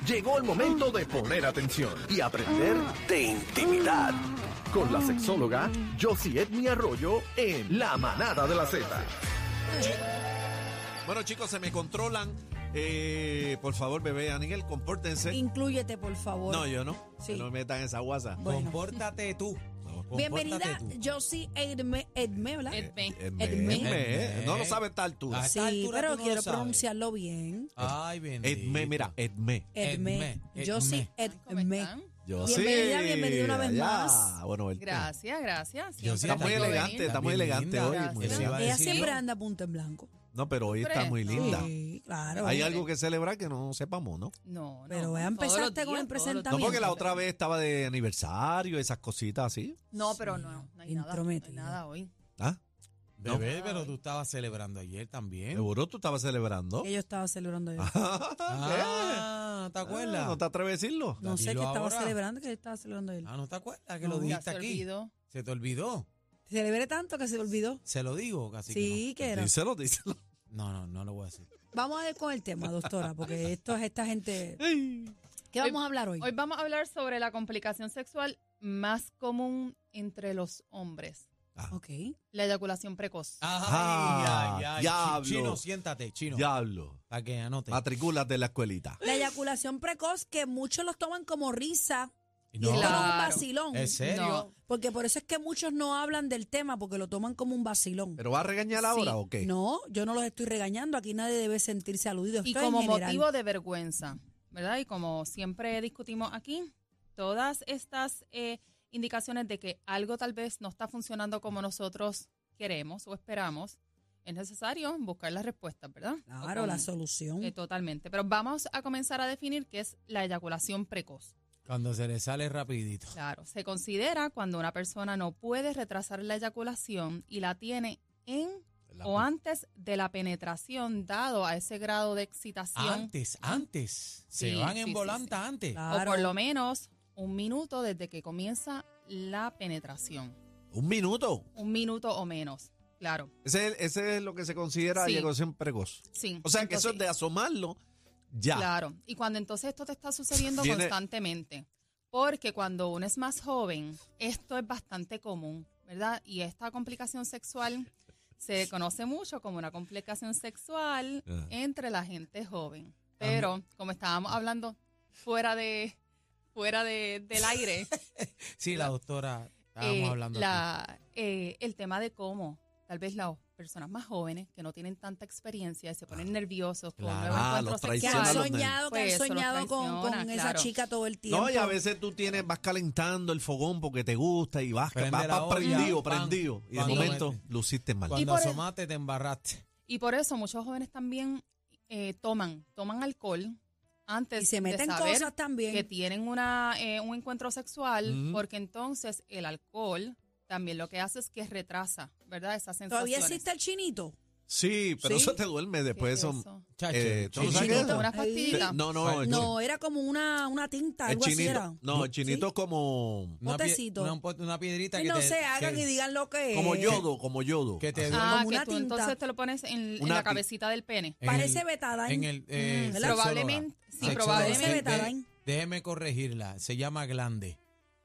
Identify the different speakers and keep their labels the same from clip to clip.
Speaker 1: Llegó el momento de poner atención y aprender de intimidad con la sexóloga Josie Edmi Arroyo en La Manada de la Z.
Speaker 2: Bueno, chicos, se me controlan. Por favor, bebé Ángel, compórtense.
Speaker 3: Inclúyete, por favor.
Speaker 2: No, yo no.
Speaker 3: Sí.
Speaker 2: Que no me metan esa guasa.
Speaker 3: Bueno.
Speaker 4: Compórtate tú.
Speaker 3: Bienvenida, Josie Edme, ¿verdad?
Speaker 2: Edme. No lo sabes tal tú.
Speaker 4: A esta
Speaker 3: Sí,
Speaker 4: altura
Speaker 3: pero
Speaker 4: tú no
Speaker 3: quiero
Speaker 4: lo sabes.
Speaker 3: pronunciarlo bien.
Speaker 4: Ay, bendito.
Speaker 2: Edme, mira, Edme.
Speaker 3: Edme.
Speaker 4: Edme.
Speaker 3: Josie
Speaker 5: ¿Cómo
Speaker 3: Edme.
Speaker 5: están?
Speaker 2: Yo
Speaker 3: Bienvenida,
Speaker 2: sí.
Speaker 3: bienvenida una vez
Speaker 2: Allá.
Speaker 3: más.
Speaker 2: Bueno,
Speaker 5: Gracias.
Speaker 4: Yo sí,
Speaker 2: Está muy
Speaker 4: Está
Speaker 2: elegante,
Speaker 4: bien,
Speaker 2: está muy elegante
Speaker 4: linda.
Speaker 2: hoy.
Speaker 5: Gracias.
Speaker 2: Muy
Speaker 4: Eso iba
Speaker 2: elegante.
Speaker 4: a
Speaker 3: Ella
Speaker 4: decir
Speaker 3: siempre
Speaker 4: yo.
Speaker 3: anda punto en blanco.
Speaker 2: No, pero hoy está muy linda.
Speaker 3: Sí, claro.
Speaker 2: Hay algo que celebrar que no sepamos, ¿no?
Speaker 5: No,
Speaker 3: Pero ya empezaste con el presentamiento.
Speaker 2: No, porque la otra vez estaba de aniversario, esas cositas así.
Speaker 5: No, pero no hay nada. No hay
Speaker 3: Intrometida.
Speaker 5: nada hoy.
Speaker 2: ¿Ah?
Speaker 4: Bebé, pero tú estabas celebrando ayer también.
Speaker 2: ¿Seguro tú estabas celebrando?
Speaker 3: Que yo estaba celebrando yo.
Speaker 4: Ah, ¿te acuerdas?
Speaker 2: ¿No te atreves a decirlo?
Speaker 3: No sé qué
Speaker 4: Dilo
Speaker 3: estaba
Speaker 4: ahora.
Speaker 3: celebrando, que yo estaba celebrando él.
Speaker 4: Ah, ¿no te acuerdas que
Speaker 3: No.
Speaker 4: lo
Speaker 5: Ya
Speaker 4: dijiste
Speaker 5: se
Speaker 4: aquí?
Speaker 5: olvidó.
Speaker 4: ¿Se te olvidó?
Speaker 3: Celebré tanto que se me olvidó.
Speaker 4: Se lo digo, casi
Speaker 3: Sí, que era.
Speaker 2: Díselo, díselo.
Speaker 4: que no. No lo voy a decir.
Speaker 3: Vamos a ver con el tema, doctora, porque esta gente... ¿Qué vamos a hablar hoy?
Speaker 5: Hoy vamos a hablar sobre la complicación sexual más común entre los hombres.
Speaker 3: Ok.
Speaker 5: La eyaculación precoz.
Speaker 4: Ay.
Speaker 2: diablo.
Speaker 4: Chino, siéntate, Chino.
Speaker 2: Diablo.
Speaker 4: Para que anote.
Speaker 2: Matricúlate en la escuelita.
Speaker 3: La eyaculación precoz, que muchos los toman como risa y
Speaker 4: No,
Speaker 3: es como un
Speaker 5: Claro.
Speaker 3: vacilón.
Speaker 4: ¿en serio?
Speaker 5: No.
Speaker 3: Porque por eso es que muchos no hablan del tema, porque lo toman como un vacilón.
Speaker 2: ¿Pero vas a regañar
Speaker 5: Sí.
Speaker 2: ahora o qué?
Speaker 3: No, yo no los estoy regañando. Aquí nadie debe sentirse aludido.
Speaker 5: Y
Speaker 3: Esto es
Speaker 5: como
Speaker 3: en general.
Speaker 5: motivo de vergüenza, ¿verdad? Y como siempre discutimos aquí, todas estas indicaciones de que algo tal vez no está funcionando como nosotros queremos o esperamos, es necesario buscar las respuestas, ¿verdad?
Speaker 3: Claro,
Speaker 5: O
Speaker 3: la
Speaker 5: con-
Speaker 3: solución.
Speaker 5: Totalmente. Pero vamos a comenzar a definir qué es la eyaculación precoz.
Speaker 4: Cuando se le sale rapidito.
Speaker 5: Claro, se considera cuando una persona no puede retrasar la eyaculación y la tiene en o antes de la penetración, dado a ese grado de excitación,
Speaker 4: Antes. Se
Speaker 5: Sí,
Speaker 4: van
Speaker 5: sí,
Speaker 4: en
Speaker 5: sí,
Speaker 4: volanta
Speaker 5: sí.
Speaker 4: antes.
Speaker 3: Claro.
Speaker 5: o por lo menos 1 minuto desde que comienza la penetración.
Speaker 2: 1 minuto.
Speaker 5: 1 minuto o menos, claro.
Speaker 2: Ese es lo que se considera
Speaker 5: Sí.
Speaker 2: eyaculación precoz.
Speaker 5: Sí.
Speaker 2: O sea, que eso es
Speaker 5: Entonces,
Speaker 2: de asomarlo, ya.
Speaker 5: Claro. Y cuando entonces esto te está sucediendo
Speaker 2: Viene-
Speaker 5: constantemente, porque cuando uno es más joven, esto es bastante común, ¿verdad? Y esta complicación sexual se conoce mucho como una complicación sexual
Speaker 2: Ah.
Speaker 5: entre la gente joven. Pero, como estábamos hablando del aire,
Speaker 4: Sí, la doctora, estábamos hablando aquí.
Speaker 5: el tema de cómo tal vez las personas más jóvenes que no tienen tanta experiencia y se ponen nerviosos con
Speaker 4: Claro.
Speaker 5: nuevos
Speaker 2: Ah,
Speaker 5: encuentros
Speaker 2: los
Speaker 3: Que
Speaker 2: traiciona
Speaker 3: han
Speaker 2: a los
Speaker 5: sexuales.
Speaker 3: soñado,
Speaker 5: Pues
Speaker 3: que han
Speaker 5: eso los
Speaker 3: soñado con
Speaker 5: traiciona,
Speaker 3: esa
Speaker 5: claro.
Speaker 3: chica todo el tiempo.
Speaker 2: No, y a veces tú vas calentando el fogón porque te gusta y vas
Speaker 4: Prende la olla,
Speaker 2: prendido,
Speaker 4: pan,
Speaker 2: prendido. Y de
Speaker 4: cuando
Speaker 2: momento
Speaker 4: mete.
Speaker 2: luciste mal.
Speaker 4: Cuando
Speaker 5: por-
Speaker 4: asomaste te embarraste.
Speaker 5: Y por eso muchos jóvenes también toman alcohol antes
Speaker 3: Y se meten
Speaker 5: de saber
Speaker 3: cosas también.
Speaker 5: que tienen un encuentro sexual,
Speaker 2: Ujú.
Speaker 5: porque entonces el alcohol también lo que hace es que retrasa, ¿verdad? Esas
Speaker 3: ¿Todavía
Speaker 5: sensaciones.
Speaker 3: existe el chinito?
Speaker 2: Sí, pero
Speaker 3: ¿Sí?
Speaker 2: eso te duerme después.
Speaker 5: ¿Qué es
Speaker 2: Eso,
Speaker 5: eso?
Speaker 4: Chacho,
Speaker 2: ¿tú no sabes qué es
Speaker 3: chinito.
Speaker 2: eso?
Speaker 5: Unas pastillitas.
Speaker 2: No, el
Speaker 3: No, era como una tinta,
Speaker 2: el
Speaker 3: algo así
Speaker 2: chinito.
Speaker 3: era.
Speaker 2: No, el chinito
Speaker 3: ¿Sí?
Speaker 2: como
Speaker 3: Potecito.
Speaker 4: Una piedrita
Speaker 3: Ay,
Speaker 4: que
Speaker 3: no
Speaker 4: te...
Speaker 3: se hagan
Speaker 4: que-
Speaker 3: y digan lo que es.
Speaker 2: como yodo.
Speaker 4: Que te
Speaker 5: Ah,
Speaker 3: como
Speaker 5: que
Speaker 3: una
Speaker 5: tú
Speaker 3: tinta.
Speaker 5: entonces te lo pones en
Speaker 2: Una
Speaker 5: la
Speaker 2: ti-
Speaker 5: cabecita del pene.
Speaker 4: en
Speaker 3: Parece
Speaker 4: el-
Speaker 3: Betadine.
Speaker 4: En el,
Speaker 3: ¿verdad?
Speaker 4: sexóloga.
Speaker 5: Probablemente, sí,
Speaker 4: Sexóloga.
Speaker 5: probablemente.
Speaker 3: Parece Betadine.
Speaker 4: Déjeme corregirla. Se llama glande.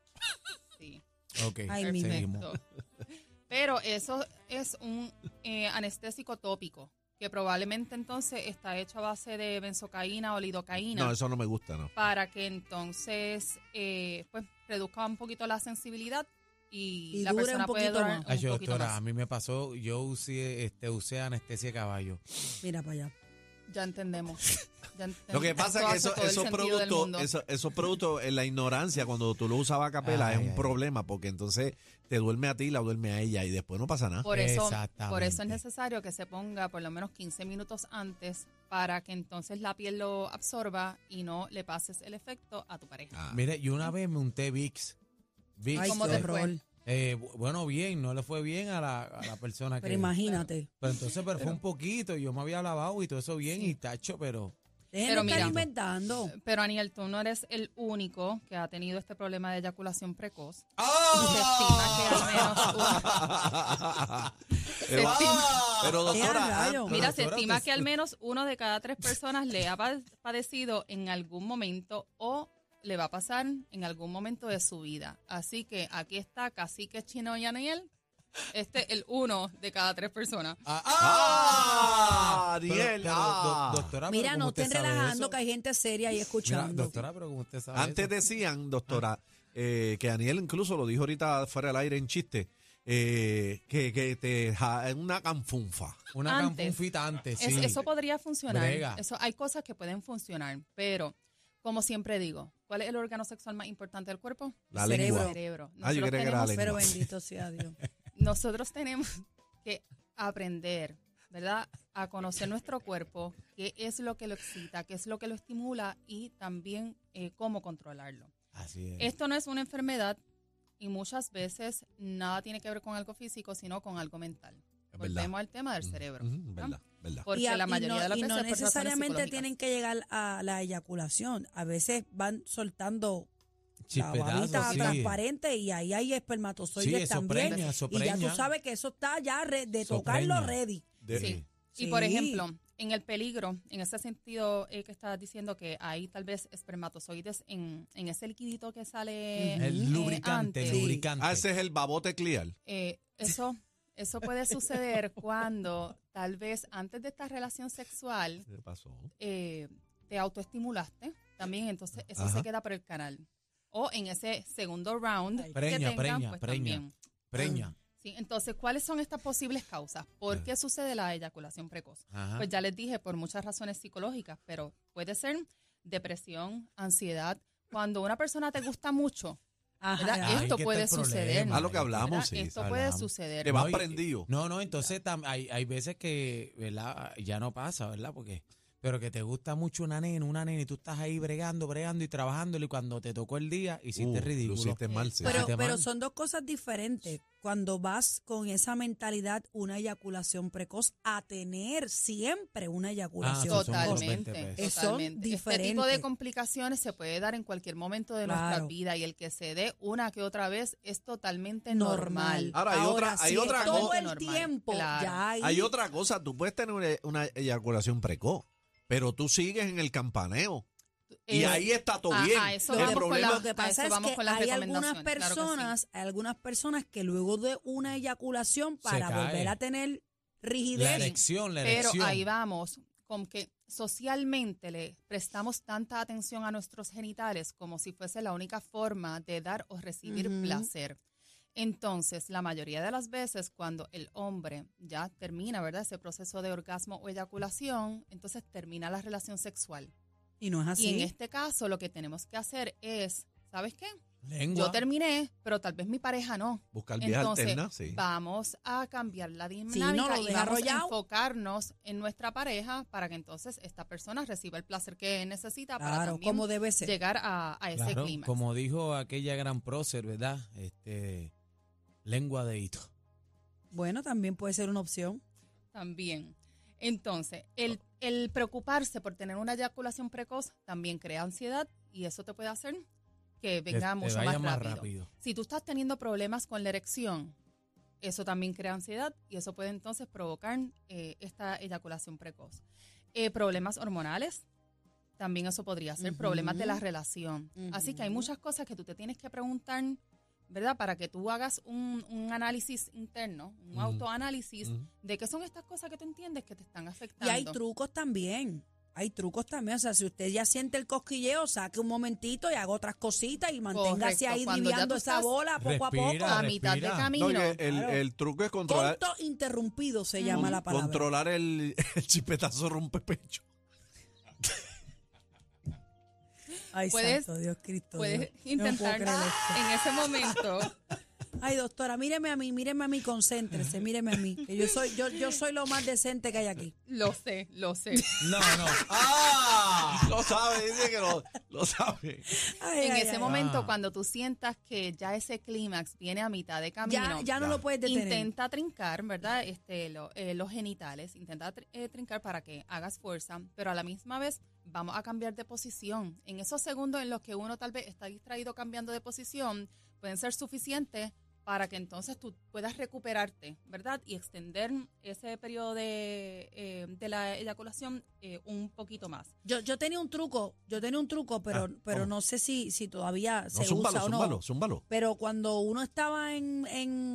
Speaker 5: Sí.
Speaker 4: Ok,
Speaker 3: Ay, mi
Speaker 4: seguimos.
Speaker 5: Perfecto. Pero eso es un anestésico tópico, que probablemente entonces está hecho a base de benzocaína o lidocaína,
Speaker 2: No, eso no me gusta, ¿no?
Speaker 5: para que entonces pues reduzca un poquito la sensibilidad y
Speaker 3: Y
Speaker 5: la
Speaker 3: dure
Speaker 5: persona
Speaker 3: un
Speaker 5: puede
Speaker 3: poquito
Speaker 5: durar
Speaker 3: más.
Speaker 5: un
Speaker 4: Ay,
Speaker 5: poquito
Speaker 4: doctora,
Speaker 5: más.
Speaker 4: a mí me pasó, yo usé anestesia de caballo.
Speaker 3: Mira para allá.
Speaker 5: Ya entendemos.
Speaker 2: Lo que pasa es que
Speaker 5: Esto hace todo el
Speaker 2: esos
Speaker 5: sentido del mundo.
Speaker 2: esos productos en la ignorancia, cuando tú lo usabas a capela,
Speaker 4: Ay,
Speaker 2: es un
Speaker 4: ay.
Speaker 2: problema porque entonces te duerme a ti, la duerme a ella y después no pasa nada.
Speaker 5: Por eso es
Speaker 4: Exactamente.
Speaker 5: necesario que se ponga por lo menos 15 minutos antes para que entonces la piel lo absorba y no le pases el efecto a tu pareja.
Speaker 2: Ah.
Speaker 4: Mire, yo una vez me unté Vicks. Vicks,
Speaker 3: Ay,
Speaker 5: ¿Cómo
Speaker 3: qué
Speaker 5: te fue?
Speaker 3: horror.
Speaker 4: bueno, bien, no le fue bien a la persona
Speaker 3: Pero
Speaker 4: que...
Speaker 3: imagínate.
Speaker 4: Pero entonces fue un poquito, yo me había lavado y todo eso bien y tacho, pero...
Speaker 3: Dejen
Speaker 5: Pero
Speaker 3: de estar
Speaker 5: mira.
Speaker 3: inventando.
Speaker 5: Pero Aniel, tú no eres el único que ha tenido este problema de eyaculación precoz.
Speaker 4: ¡Ah!
Speaker 5: Se estima que al menos
Speaker 2: Pero doctora,
Speaker 3: rayo!
Speaker 5: Mira, se
Speaker 4: doctora,
Speaker 5: estima
Speaker 4: usted-
Speaker 5: que al menos 1 de cada 3 personas le ha padecido en algún momento o le va a pasar en algún momento de su vida. Así que aquí está Cacique Chino y Aniel. El 1 de cada 3 personas.
Speaker 2: Ariel,
Speaker 4: doctora,
Speaker 3: Mira,
Speaker 4: pero
Speaker 3: no
Speaker 4: ¿cómo usted
Speaker 3: estén
Speaker 4: sabe
Speaker 3: relajando
Speaker 4: eso?
Speaker 3: que hay gente seria ahí
Speaker 4: Mira,
Speaker 3: escuchando.
Speaker 4: doctora, pero como usted sabe
Speaker 2: Antes
Speaker 4: eso?
Speaker 2: decían, doctora, que Aniel incluso lo dijo ahorita fuera del aire en chiste, que es una canfunfa.
Speaker 4: Una
Speaker 5: Antes.
Speaker 4: canfunfita antes, sí.
Speaker 5: Eso podría funcionar.
Speaker 4: Brega.
Speaker 5: Hay cosas que pueden funcionar, pero como siempre digo, ¿cuál es el órgano sexual más importante del cuerpo?
Speaker 2: La
Speaker 3: Cerebro.
Speaker 2: lengua.
Speaker 5: El cerebro.
Speaker 2: Ah, yo creía que era la lengua.
Speaker 3: Pero bendito sea Dios.
Speaker 5: Nosotros tenemos que aprender, ¿verdad?, a conocer nuestro cuerpo, qué es lo que lo excita, qué es lo que lo estimula y también cómo controlarlo.
Speaker 4: Así es.
Speaker 5: Esto no es una enfermedad y muchas veces nada tiene que ver con algo físico, sino con algo mental.
Speaker 2: Es verdad.
Speaker 5: Volvemos al tema del cerebro.
Speaker 2: Verdad, verdad.
Speaker 5: Porque la mayoría de las
Speaker 3: y
Speaker 5: veces
Speaker 3: no
Speaker 5: por razones
Speaker 3: necesariamente
Speaker 5: psicológicas.
Speaker 3: tienen que llegar a la eyaculación. A veces van soltando la
Speaker 4: Chispetazos,
Speaker 3: babita
Speaker 4: sí.
Speaker 3: transparente y ahí hay espermatozoides
Speaker 4: Sí, eso
Speaker 3: también.
Speaker 4: preña, eso
Speaker 3: y ya tú
Speaker 4: preña.
Speaker 3: sabes que eso está ya de
Speaker 4: Eso
Speaker 3: tocarlo
Speaker 4: preña.
Speaker 3: ready.
Speaker 5: Sí.
Speaker 3: Sí.
Speaker 5: Y por ejemplo, en el peligro, en ese sentido que estás diciendo que hay tal vez espermatozoides en ese liquidito que sale
Speaker 4: El lubricante,
Speaker 5: antes.
Speaker 4: el lubricante.
Speaker 2: Ese es el babote clear.
Speaker 5: Eso puede suceder cuando tal vez antes de esta relación sexual
Speaker 2: ¿Qué pasó?
Speaker 5: te autoestimulaste también, entonces eso
Speaker 2: Ajá.
Speaker 5: se queda por el canal. O en ese segundo round
Speaker 3: Ay.
Speaker 5: que
Speaker 4: Preña,
Speaker 5: tengan,
Speaker 4: preña,
Speaker 5: pues
Speaker 4: preña.
Speaker 5: también.
Speaker 4: Preña.
Speaker 5: Sí, entonces, ¿cuáles son estas posibles causas? ¿Por qué sucede la eyaculación precoz?
Speaker 4: Ajá.
Speaker 5: Pues ya les dije, por muchas razones psicológicas, pero puede ser depresión, ansiedad. Cuando una persona te gusta mucho,
Speaker 3: Ajá,
Speaker 5: ¿verdad?
Speaker 4: Ahí
Speaker 5: Esto
Speaker 4: que
Speaker 5: puede
Speaker 4: está el
Speaker 5: suceder.
Speaker 4: problema.
Speaker 2: Ah, lo que hablamos,
Speaker 5: ¿verdad?
Speaker 2: sí.
Speaker 5: Esto
Speaker 4: hablamos.
Speaker 5: puede suceder.
Speaker 2: Que va
Speaker 4: y-
Speaker 2: prendido.
Speaker 4: No, entonces hay veces que, ¿verdad? Ya no pasa, ¿verdad? Pero que te gusta mucho una nena, y tú estás ahí bregando y trabajándole y cuando te tocó el día hiciste ridículo.
Speaker 2: Lo hiciste mal, sí.
Speaker 3: Pero,
Speaker 4: Hiciste
Speaker 3: pero
Speaker 4: mal.
Speaker 3: son dos cosas diferentes. Cuando vas con esa mentalidad, una eyaculación precoz, a tener siempre una eyaculación
Speaker 4: esos son otros
Speaker 3: precoz.
Speaker 4: 20
Speaker 5: Totalmente,
Speaker 4: pesos.
Speaker 3: Son
Speaker 5: totalmente. Este tipo de
Speaker 3: diferentes.
Speaker 5: complicaciones se puede dar en cualquier momento de
Speaker 3: Claro.
Speaker 5: nuestra vida y el que se dé una que otra vez es totalmente
Speaker 3: Normal.
Speaker 5: normal.
Speaker 2: Ahora, hay
Speaker 3: si
Speaker 2: otra
Speaker 3: es todo
Speaker 2: cosa.
Speaker 3: el
Speaker 5: Normal,
Speaker 3: tiempo,
Speaker 5: claro.
Speaker 3: ya ahí.
Speaker 2: Hay otra cosa. Tú puedes tener una eyaculación precoz, pero tú sigues en el campaneo. Y
Speaker 5: Eh,
Speaker 2: ahí está todo
Speaker 5: a-
Speaker 2: bien.
Speaker 5: a eso
Speaker 2: El
Speaker 5: vamos con
Speaker 2: problema
Speaker 3: Lo que
Speaker 5: a
Speaker 3: pasa
Speaker 5: eso
Speaker 3: es
Speaker 5: vamos
Speaker 3: que
Speaker 5: con las
Speaker 3: hay algunas
Speaker 5: recomendaciones, claro que sí.
Speaker 3: personas que luego de una eyaculación para
Speaker 4: cae.
Speaker 3: volver a tener
Speaker 4: La
Speaker 3: rigidez.
Speaker 4: erección, la
Speaker 5: Pero
Speaker 4: erección.
Speaker 5: ahí vamos, con que socialmente le prestamos tanta atención a nuestros genitales como si fuese la única forma de dar o recibir
Speaker 3: Ujú.
Speaker 5: placer. Entonces, la mayoría de las veces cuando el hombre ya termina, ¿verdad?, ese proceso de orgasmo o eyaculación, entonces termina la relación sexual.
Speaker 3: Y no es así.
Speaker 5: Y en este caso lo que tenemos que hacer es, ¿sabes qué?
Speaker 4: Lengua.
Speaker 5: Yo terminé, pero tal vez mi pareja no.
Speaker 2: buscar vías
Speaker 5: Entonces,
Speaker 2: alternas, sí.
Speaker 5: vamos a cambiar la
Speaker 3: no,
Speaker 5: dinámica
Speaker 3: lo
Speaker 5: y
Speaker 3: deja
Speaker 5: vamos a
Speaker 3: arrollado.
Speaker 5: enfocarnos en nuestra pareja para que entonces esta persona reciba el placer que necesita para
Speaker 3: Claro,
Speaker 5: también
Speaker 3: como debe ser.
Speaker 5: llegar a ese
Speaker 4: Claro,
Speaker 5: clima.
Speaker 4: como dijo aquella gran prócer, ¿verdad? Lengua de hito.
Speaker 3: Bueno, también puede ser una opción.
Speaker 5: También. Entonces, el preocuparse por tener una eyaculación precoz también crea ansiedad y eso te puede hacer que venga
Speaker 4: te
Speaker 5: mucho
Speaker 4: vaya
Speaker 5: más rápido. Si tú estás teniendo problemas con la erección, eso también crea ansiedad y eso puede entonces provocar esta eyaculación precoz. Problemas hormonales, también eso podría ser.
Speaker 3: Ujú.
Speaker 5: Problemas de la relación. Así que hay
Speaker 3: Ujú.
Speaker 5: muchas cosas que tú te tienes que preguntar, ¿verdad? Para que tú hagas un análisis interno, un
Speaker 2: Ujú.
Speaker 5: autoanálisis
Speaker 2: Ujú.
Speaker 5: de qué son estas cosas que tú entiendes que te están
Speaker 3: Y
Speaker 5: afectando.
Speaker 3: hay trucos también. Hay trucos también. O sea, si usted ya siente el cosquilleo, saque un momentito y haga otras cositas y manténgase
Speaker 5: Correcto.
Speaker 3: ahí
Speaker 5: Cuando ya
Speaker 3: lidiando
Speaker 5: tú
Speaker 3: esa
Speaker 5: estás-
Speaker 3: bola poco a
Speaker 4: Respira,
Speaker 3: poco.
Speaker 5: a mitad de
Speaker 4: respira.
Speaker 5: camino.
Speaker 2: No, y el
Speaker 3: Claro.
Speaker 2: truco es controlar,
Speaker 3: Conto interrumpido se llama la palabra.
Speaker 2: controlar el chipetazo rompepecho.
Speaker 3: Ay,
Speaker 5: Puedes-
Speaker 3: santo Dios Cristo.
Speaker 5: Puedes
Speaker 3: Dios. No
Speaker 5: intentar
Speaker 3: puedo creer esto.
Speaker 5: en ese momento.
Speaker 3: Ay, doctora, míreme a mí, concéntrese, míreme a mí. Que yo soy lo más decente que hay aquí.
Speaker 5: Lo sé, lo sé.
Speaker 4: No.
Speaker 2: ¡Ah! Lo sabe, dice que lo sabe.
Speaker 3: Ay,
Speaker 5: En
Speaker 3: ay,
Speaker 5: ese
Speaker 3: ay.
Speaker 5: momento,
Speaker 4: Ah.
Speaker 5: cuando tú sientas que ya ese clímax viene a mitad de camino,
Speaker 3: Ya no lo puedes detener.
Speaker 5: intenta trincar, ¿verdad? Los genitales, intenta trincar para que hagas fuerza, pero a la misma vez vamos a cambiar de posición. En esos segundos en los que uno tal vez está distraído cambiando de posición, pueden ser suficientes para que entonces tú puedas recuperarte, ¿verdad? Y extender ese periodo de la eyaculación un poquito más.
Speaker 3: Yo tenía un truco, pero
Speaker 2: ¿cómo?
Speaker 3: no sé si todavía
Speaker 2: No,
Speaker 3: se usa o no.
Speaker 2: zúmbalo.
Speaker 3: Pero cuando uno estaba en,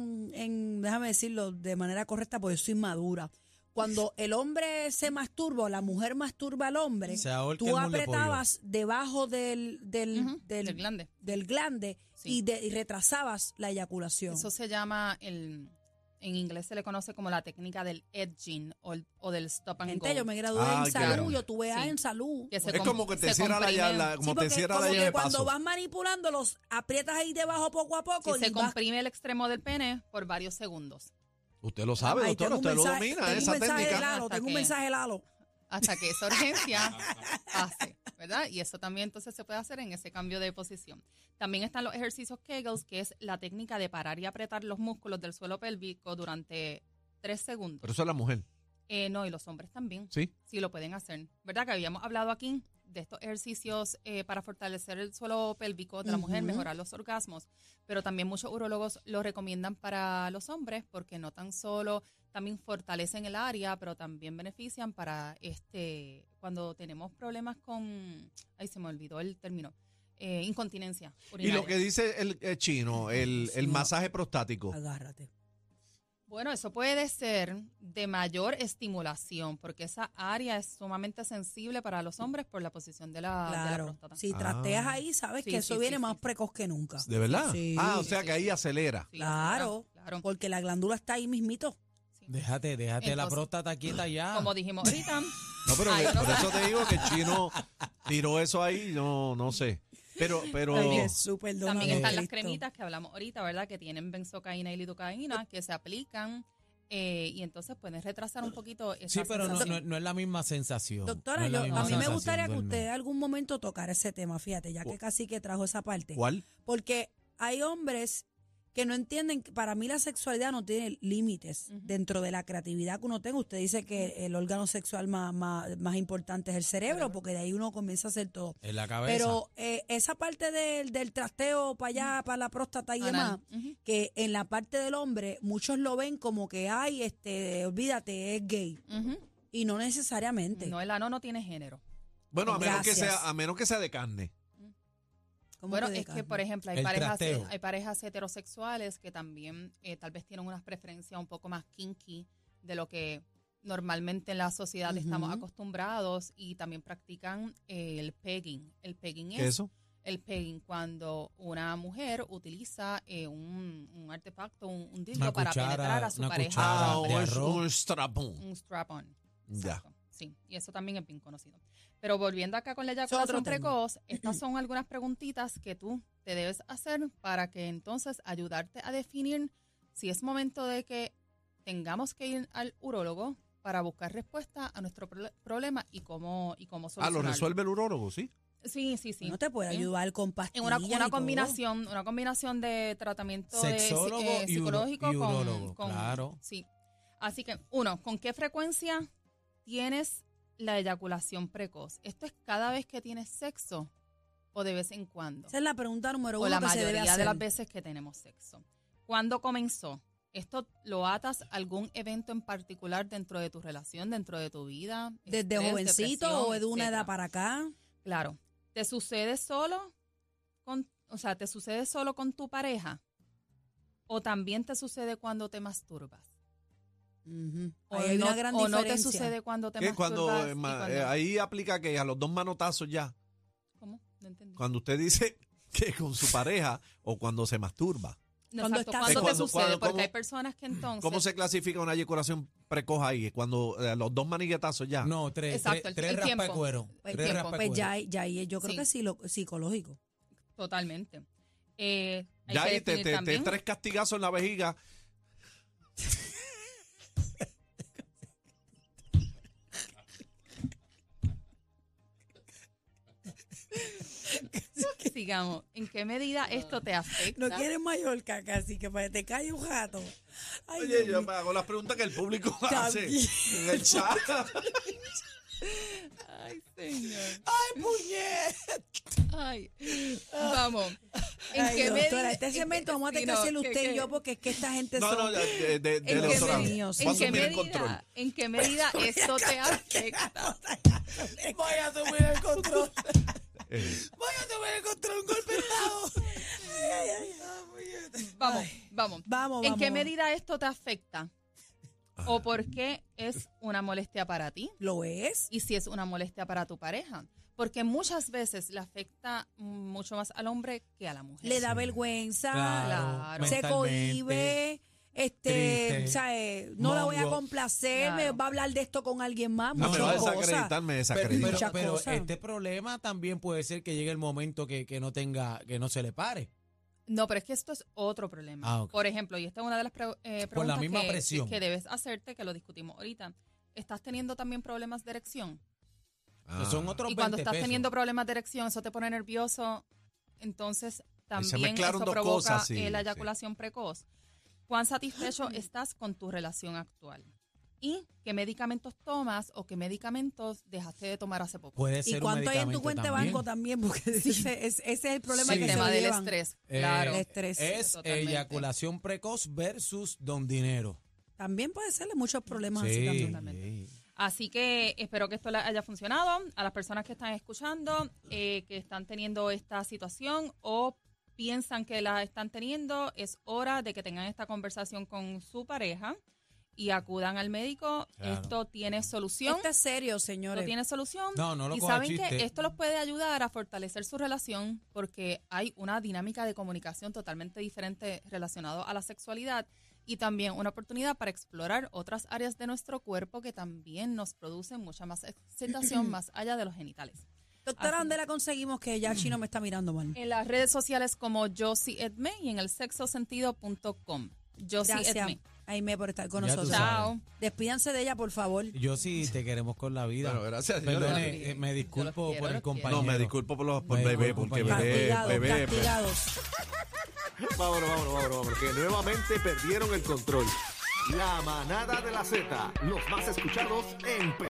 Speaker 3: déjame decirlo de manera correcta, porque yo soy madura. Cuando el hombre se masturba o la mujer masturba al hombre,
Speaker 4: Se ahorca
Speaker 3: tú
Speaker 4: el muslo de
Speaker 3: apretabas debajo del
Speaker 5: glande.
Speaker 3: del glande
Speaker 5: Sí.
Speaker 3: y retrasabas la eyaculación.
Speaker 5: Eso se llama, en inglés se le conoce como la técnica del edging o del stop and
Speaker 3: Gente,
Speaker 5: go.
Speaker 3: yo me gradué
Speaker 2: Ah,
Speaker 3: en
Speaker 2: claro.
Speaker 3: salud, yo tuve A
Speaker 5: Sí.
Speaker 3: en salud.
Speaker 5: Que se
Speaker 2: Es
Speaker 5: com-
Speaker 2: como que te
Speaker 5: se
Speaker 2: cierra
Speaker 5: comprime.
Speaker 2: la
Speaker 3: Sí, porque
Speaker 2: te cierra
Speaker 3: como
Speaker 2: la llave
Speaker 3: que
Speaker 2: de
Speaker 3: cuando
Speaker 2: paso.
Speaker 3: vas manipulando, los aprietas ahí debajo poco a poco
Speaker 5: Sí,
Speaker 3: y
Speaker 5: se
Speaker 3: vas.
Speaker 5: comprime el extremo del pene por varios segundos.
Speaker 2: Usted lo sabe,
Speaker 3: Ahí
Speaker 2: doctora,
Speaker 3: tengo un
Speaker 2: usted lo
Speaker 3: mensaje-
Speaker 2: domina,
Speaker 3: tengo
Speaker 2: esa
Speaker 3: un mensaje de
Speaker 2: técnica.
Speaker 3: Lalo,
Speaker 5: Hasta
Speaker 3: tengo un
Speaker 5: que-
Speaker 3: mensaje de Lalo.
Speaker 5: Hasta que esa urgencia pase, ¿verdad? Y eso también entonces se puede hacer en ese cambio de posición. También están los ejercicios Kegels, que es la técnica de parar y apretar los músculos del suelo pélvico durante 3 segundos.
Speaker 2: Pero eso es la mujer,
Speaker 5: No, y los hombres también.
Speaker 2: ¿sí?
Speaker 5: Sí lo pueden hacer. ¿Verdad? Que habíamos hablado aquí de estos ejercicios para fortalecer el suelo pélvico de la mujer,
Speaker 3: Ujú.
Speaker 5: mejorar los orgasmos, pero también muchos urólogos lo recomiendan para los hombres porque no tan solo también fortalecen el área, pero también benefician para cuando tenemos problemas con, ay, se me olvidó el término, incontinencia
Speaker 2: Y
Speaker 5: urinaria.
Speaker 2: lo que dice el chino, el
Speaker 3: Sí.
Speaker 2: masaje prostático.
Speaker 3: Agárrate.
Speaker 5: Bueno, eso puede ser de mayor estimulación porque esa área es sumamente sensible para los hombres por la posición de la
Speaker 3: Claro.
Speaker 5: próstata.
Speaker 3: Si
Speaker 2: Ah.
Speaker 3: trasteas ahí, sabes
Speaker 5: Sí,
Speaker 3: que eso
Speaker 5: sí,
Speaker 3: viene
Speaker 5: sí,
Speaker 3: más
Speaker 5: sí.
Speaker 3: precoz que nunca.
Speaker 2: ¿De verdad?
Speaker 3: Sí.
Speaker 2: O sea que ahí acelera.
Speaker 5: Sí,
Speaker 3: Claro.
Speaker 5: claro.
Speaker 3: Porque la glándula está ahí mismito.
Speaker 5: Sí.
Speaker 4: Déjate la
Speaker 5: Entonces,
Speaker 4: próstata quieta ya.
Speaker 5: Como dijimos ahorita,
Speaker 2: No, pero
Speaker 5: Ay, no
Speaker 2: por
Speaker 5: sé.
Speaker 2: eso te digo que el chino tiró eso ahí, no sé. Pero
Speaker 3: Ay, Jesús, perdóname,
Speaker 5: también están las
Speaker 3: Cristo.
Speaker 5: cremitas que hablamos ahorita, ¿verdad? Que tienen benzocaína y lidocaína que se aplican y entonces pueden retrasar un poquito esa
Speaker 4: Sí, pero
Speaker 5: sensación.
Speaker 4: no es la misma sensación.
Speaker 3: Doctora,
Speaker 4: No es la
Speaker 3: a
Speaker 4: misma
Speaker 3: mí me
Speaker 4: sensación,
Speaker 3: gustaría que
Speaker 4: duerme.
Speaker 3: usted en algún momento tocara ese tema, fíjate, ya que casi que trajo esa parte.
Speaker 2: ¿cuál?
Speaker 3: Porque hay hombres que no entienden, que para mí la sexualidad no tiene límites
Speaker 5: Ujú.
Speaker 3: dentro de la creatividad que uno tenga. Usted dice que el órgano sexual más importante es el cerebro, porque de ahí uno comienza a hacer todo.
Speaker 4: En la cabeza.
Speaker 3: Pero esa parte del trasteo para allá, para la próstata y demás,
Speaker 5: Anal. Ujú.
Speaker 3: que en la parte del hombre muchos lo ven como que, ay, olvídate, es gay.
Speaker 5: Ujú.
Speaker 3: Y no necesariamente.
Speaker 5: No, el ano no tiene género.
Speaker 2: Bueno, a menos
Speaker 3: Gracias.
Speaker 2: que sea de carne.
Speaker 3: ¿Cómo
Speaker 5: Bueno,
Speaker 3: que de
Speaker 5: es que,
Speaker 3: carne?
Speaker 5: por ejemplo,
Speaker 4: El trasteo.
Speaker 5: hay parejas heterosexuales que también tal vez tienen unas preferencias un poco más kinky de lo que normalmente en la sociedad estamos
Speaker 3: Ujú.
Speaker 5: acostumbrados y también practican el pegging. El pegging
Speaker 2: ¿Qué es eso?
Speaker 5: el pegging cuando una mujer utiliza un artefacto, un dildo
Speaker 4: Una
Speaker 5: para
Speaker 4: cuchara,
Speaker 5: penetrar a su
Speaker 4: una
Speaker 5: pareja.
Speaker 4: cuchara.
Speaker 2: Ah,
Speaker 4: de
Speaker 2: es
Speaker 4: arroz.
Speaker 2: un strapón.
Speaker 5: Un strap-on.
Speaker 2: Ya.
Speaker 5: Exacto. Sí, y eso también es bien conocido. Pero volviendo acá con la
Speaker 3: otro
Speaker 5: eyaculación
Speaker 3: tema.
Speaker 5: precoz, estas son algunas preguntitas que tú te debes hacer para que entonces ayudarte a definir si es momento de que tengamos que ir al urólogo para buscar respuesta a nuestro problema y cómo
Speaker 2: Ah,
Speaker 5: solucionarlo.
Speaker 2: lo resuelve el urólogo, ¿sí?
Speaker 5: Sí.
Speaker 3: No te puede
Speaker 5: Sí.
Speaker 3: ayudar con
Speaker 5: En
Speaker 3: pastillas
Speaker 5: una
Speaker 3: y todo.
Speaker 5: combinación de tratamiento
Speaker 4: Sexólogo y
Speaker 5: psicológico
Speaker 4: y urólogo, claro.
Speaker 5: Sí. Así que, uno, ¿con qué frecuencia tienes la eyaculación precoz? ¿Esto es cada vez que tienes sexo o de vez en cuando?
Speaker 3: Esa es la pregunta número
Speaker 5: O
Speaker 3: uno
Speaker 5: la
Speaker 3: que se debe
Speaker 5: mayoría
Speaker 3: hacer.
Speaker 5: de las veces que tenemos sexo. ¿Cuándo comenzó? ¿Esto lo atas a algún evento en particular dentro de tu relación, dentro de tu vida?
Speaker 3: ¿Desde
Speaker 5: Estrés,
Speaker 3: jovencito
Speaker 5: depresión,
Speaker 3: o de una
Speaker 5: etcétera?
Speaker 3: edad para acá?
Speaker 5: Claro. ¿Te sucede solo te sucede solo con tu pareja? ¿O también te sucede cuando te masturbas?
Speaker 3: Ujú.
Speaker 5: ¿O
Speaker 3: Ahí hay
Speaker 5: no,
Speaker 3: una gran
Speaker 5: o no
Speaker 3: diferencia.
Speaker 5: te sucede cuando te
Speaker 2: Que cuando
Speaker 5: masturbas? y cuando-
Speaker 2: ahí aplica que a los dos manotazos ya.
Speaker 5: ¿Cómo? No entendí.
Speaker 2: Cuando usted dice que con su pareja o cuando se masturba.
Speaker 5: No,
Speaker 3: Cuando
Speaker 5: exacto.
Speaker 3: estás-
Speaker 5: ¿Cuándo te
Speaker 2: Cuando-
Speaker 5: sucede?
Speaker 2: cuando-
Speaker 5: Porque
Speaker 2: ¿cómo-
Speaker 5: hay personas que entonces...
Speaker 2: ¿Cómo se clasifica una eyaculación precoz ahí? Cuando los dos maniguetazos ya.
Speaker 4: No, tres
Speaker 5: Exacto, el
Speaker 4: raspa
Speaker 5: tiempo.
Speaker 4: de cuero.
Speaker 3: Pues,
Speaker 4: Tres
Speaker 5: tiempo.
Speaker 4: raspa de
Speaker 3: Pues
Speaker 4: cuero.
Speaker 3: ya ahí yo creo
Speaker 5: Sí.
Speaker 3: que sí, psicológico.
Speaker 5: Totalmente. Hay
Speaker 2: Ya
Speaker 5: que
Speaker 2: ahí te
Speaker 5: definir también-
Speaker 2: tres castigazos en la vejiga.
Speaker 5: Sigamos. ¿En qué medida esto te afecta?
Speaker 3: No quieres Mallorca casi, que para que te cae un jato. Ay,
Speaker 2: Oye,
Speaker 3: Dios
Speaker 2: yo
Speaker 3: mío.
Speaker 2: me hago las preguntas que el público hace
Speaker 3: También.
Speaker 2: en el chat.
Speaker 5: Ay, señor.
Speaker 3: ¡Ay, puñet!
Speaker 5: Ay. Vamos. ¿En
Speaker 3: Ay,
Speaker 5: qué
Speaker 3: doctora,
Speaker 5: medida?
Speaker 3: este segmento vamos a tener que
Speaker 5: Sí,
Speaker 3: hacerlo
Speaker 5: no,
Speaker 3: usted
Speaker 5: que-
Speaker 3: y yo porque es que esta gente
Speaker 2: No,
Speaker 3: son...
Speaker 2: no, de
Speaker 5: ¿En qué
Speaker 2: doctora.
Speaker 3: medida?
Speaker 5: ¿En
Speaker 2: ¿Cuándo
Speaker 5: qué
Speaker 2: tiene control?
Speaker 5: ¿En qué medida esto te afecta?
Speaker 4: Voy a subir el control.
Speaker 2: Eh,
Speaker 4: Voy a subir el control, un golpe de lado.
Speaker 5: Vamos.
Speaker 3: Vamos,
Speaker 5: ¿En qué
Speaker 3: vamos.
Speaker 5: medida esto te afecta? ¿O por qué es una molestia para ti?
Speaker 3: ¿Lo es?
Speaker 5: Y si es una molestia para tu pareja. Porque muchas veces le afecta mucho más al hombre que a la mujer.
Speaker 3: Le da vergüenza,
Speaker 5: Claro.
Speaker 3: se
Speaker 4: mentalmente.
Speaker 3: cohíbe,
Speaker 4: triste,
Speaker 3: ¿sabes? No la voy a
Speaker 4: mongo.
Speaker 3: complacer, me
Speaker 5: Claro.
Speaker 3: va a hablar de esto con alguien más,
Speaker 2: no, me
Speaker 3: muchas
Speaker 2: va a
Speaker 3: cosas.
Speaker 2: desacreditar, me
Speaker 4: Pero,
Speaker 2: desacredita.
Speaker 3: Muchas
Speaker 4: pero
Speaker 3: cosas.
Speaker 4: este problema también puede ser que llegue el momento que no tenga, que no se le pare.
Speaker 5: No, pero es que esto es otro problema.
Speaker 4: Ah, ok.
Speaker 5: Por ejemplo, y esta es una de las preguntas
Speaker 4: Por la misma presión.
Speaker 5: que debes hacerte, que lo discutimos ahorita. ¿Estás teniendo también problemas de erección?
Speaker 2: Ah.
Speaker 4: Son otros
Speaker 5: Y cuando
Speaker 4: 20
Speaker 5: estás
Speaker 4: pesos.
Speaker 5: teniendo problemas de erección, eso te pone nervioso, entonces también
Speaker 2: mezclaron
Speaker 5: eso
Speaker 2: dos
Speaker 5: provoca
Speaker 2: cosas, sí,
Speaker 5: la eyaculación precoz. ¿Cuán satisfecho estás con tu relación actual? ¿Y qué medicamentos tomas o qué medicamentos dejaste de tomar hace poco?
Speaker 4: Puede
Speaker 3: ¿Y
Speaker 4: ser un
Speaker 3: cuánto hay en tu
Speaker 4: medicamento
Speaker 3: cuenta de
Speaker 4: también.
Speaker 3: banco también? Porque ese es el problema
Speaker 4: Sí.
Speaker 3: que
Speaker 5: El
Speaker 3: se
Speaker 5: tema
Speaker 3: lo
Speaker 5: del
Speaker 3: llevan.
Speaker 5: estrés,
Speaker 4: Eh,
Speaker 5: claro.
Speaker 3: El estrés.
Speaker 4: Es
Speaker 5: Totalmente.
Speaker 4: eyaculación precoz versus don dinero.
Speaker 3: También puede serle muchos problemas así
Speaker 4: Sí.
Speaker 3: también.
Speaker 5: Totalmente. Así que espero que esto le haya funcionado. A las personas que están escuchando, que están teniendo esta situación o piensan que la están teniendo, es hora de que tengan esta conversación con su pareja y acudan al médico.
Speaker 4: Claro.
Speaker 5: Esto tiene solución.
Speaker 3: Esto es serio,
Speaker 5: Esto
Speaker 3: señores.
Speaker 5: tiene solución.
Speaker 4: No lo
Speaker 5: y
Speaker 4: coja
Speaker 5: saben
Speaker 4: chiste.
Speaker 5: que esto los puede ayudar a fortalecer su relación porque hay una dinámica de comunicación totalmente diferente relacionado a la sexualidad y también una oportunidad para explorar otras áreas de nuestro cuerpo que también nos producen mucha más excitación más allá de los genitales.
Speaker 3: Doctora,
Speaker 5: Así.
Speaker 3: ¿dónde la conseguimos? Que ya el chino me está mirando mal.
Speaker 5: En las redes sociales como Josie Edme y en el sexosentido.com. Josie
Speaker 3: Gracias,
Speaker 5: Edme.
Speaker 3: Aime, por estar con
Speaker 4: Ya tú
Speaker 3: nosotros.
Speaker 4: sabes.
Speaker 5: Chao.
Speaker 3: Despídanse de ella, por favor.
Speaker 4: Yo sí te queremos con la vida.
Speaker 2: Bueno, gracias, señora.
Speaker 4: Perdone, me disculpo
Speaker 5: quiero,
Speaker 4: por el
Speaker 5: los quiero.
Speaker 4: compañero.
Speaker 2: No, me disculpo por
Speaker 4: Me
Speaker 2: bebé,
Speaker 4: disculpo,
Speaker 2: porque
Speaker 4: compañero.
Speaker 2: bebé,
Speaker 3: Castigados.
Speaker 1: Vámonos, porque nuevamente perdieron el control. La manada de la Z, los más escuchados en